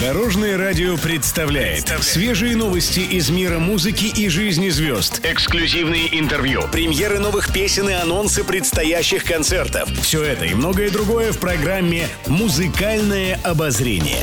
Дорожное радио представляет свежие новости из мира музыки и жизни звезд. Эксклюзивные интервью, премьеры новых песен и анонсы предстоящих концертов. Все это и многое другое в программе «Музыкальное обозрение».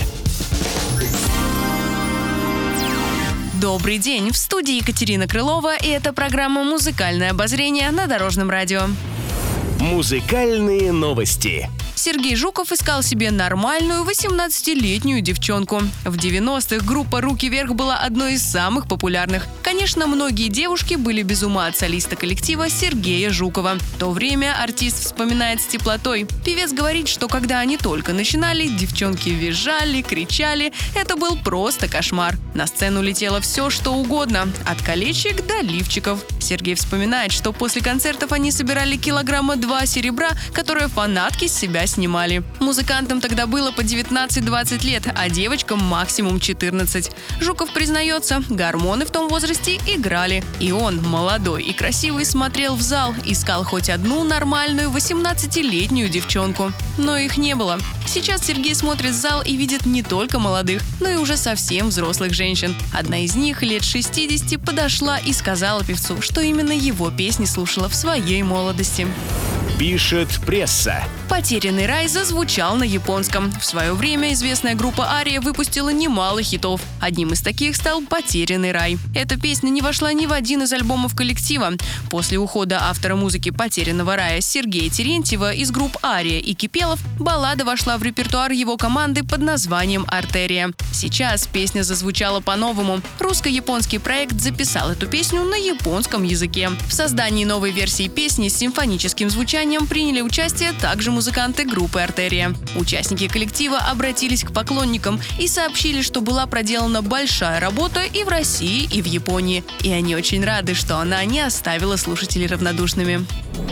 Добрый день! В студии Екатерина Крылова, и это программа «Музыкальное обозрение» на Дорожном радио. Музыкальные новости. Сергей Жуков искал себе нормальную 18-летнюю девчонку. В 90-х группа «Руки вверх» была одной из самых популярных. Конечно, многие девушки были без ума от солиста коллектива Сергея Жукова. В то время артист вспоминает с теплотой. Певец говорит, что когда они только начинали, девчонки визжали, кричали. Это был просто кошмар. На сцену летело все, что угодно. От колечек до лифчиков. Сергей вспоминает, что после концертов они собирали килограмма 2 серебра, которое фанатки с себя снимали. Музыкантам тогда было по 19-20 лет, а девочкам максимум 14. Жуков признается, гормоны в том возрасте играли. И он, молодой и красивый, смотрел в зал, искал хоть одну нормальную 18-летнюю девчонку. Но их не было. Сейчас Сергей смотрит в зал и видит не только молодых, но и уже совсем взрослых женщин. Одна из них, лет 60, подошла и сказала певцу, что именно его песни слушала в своей молодости. Пишет пресса. «Потерянный рай» зазвучал на японском. В свое время известная группа «Ария» выпустила немало хитов. Одним из таких стал «Потерянный рай». Эта песня не вошла ни в один из альбомов коллектива. После ухода автора музыки «Потерянного рая» Сергея Терентьева из групп «Ария» и «Кипелов» баллада вошла в репертуар его команды под названием «Артерия». Сейчас песня зазвучала по-новому. Русско-японский проект записал эту песню на японском языке. В создании новой версии песни с симфоническим звучанием приняли участие также музыканты группы «Артерия». Участники коллектива обратились к поклонникам и сообщили, что была проделана большая работа и в России, и в Японии. И они очень рады, что она не оставила слушателей равнодушными.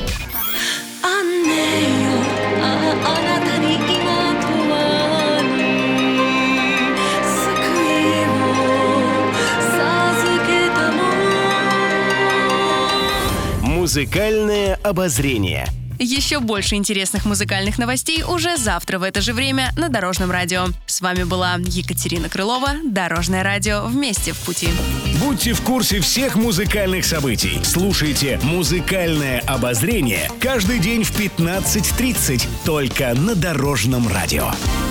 Музыкальное обозрение. Еще больше интересных музыкальных новостей уже завтра в это же время на Дорожном радио. С вами была Екатерина Крылова. Дорожное радио. Вместе в пути. Будьте в курсе всех музыкальных событий. Слушайте «Музыкальное обозрение» каждый день в 15:30 только на Дорожном радио.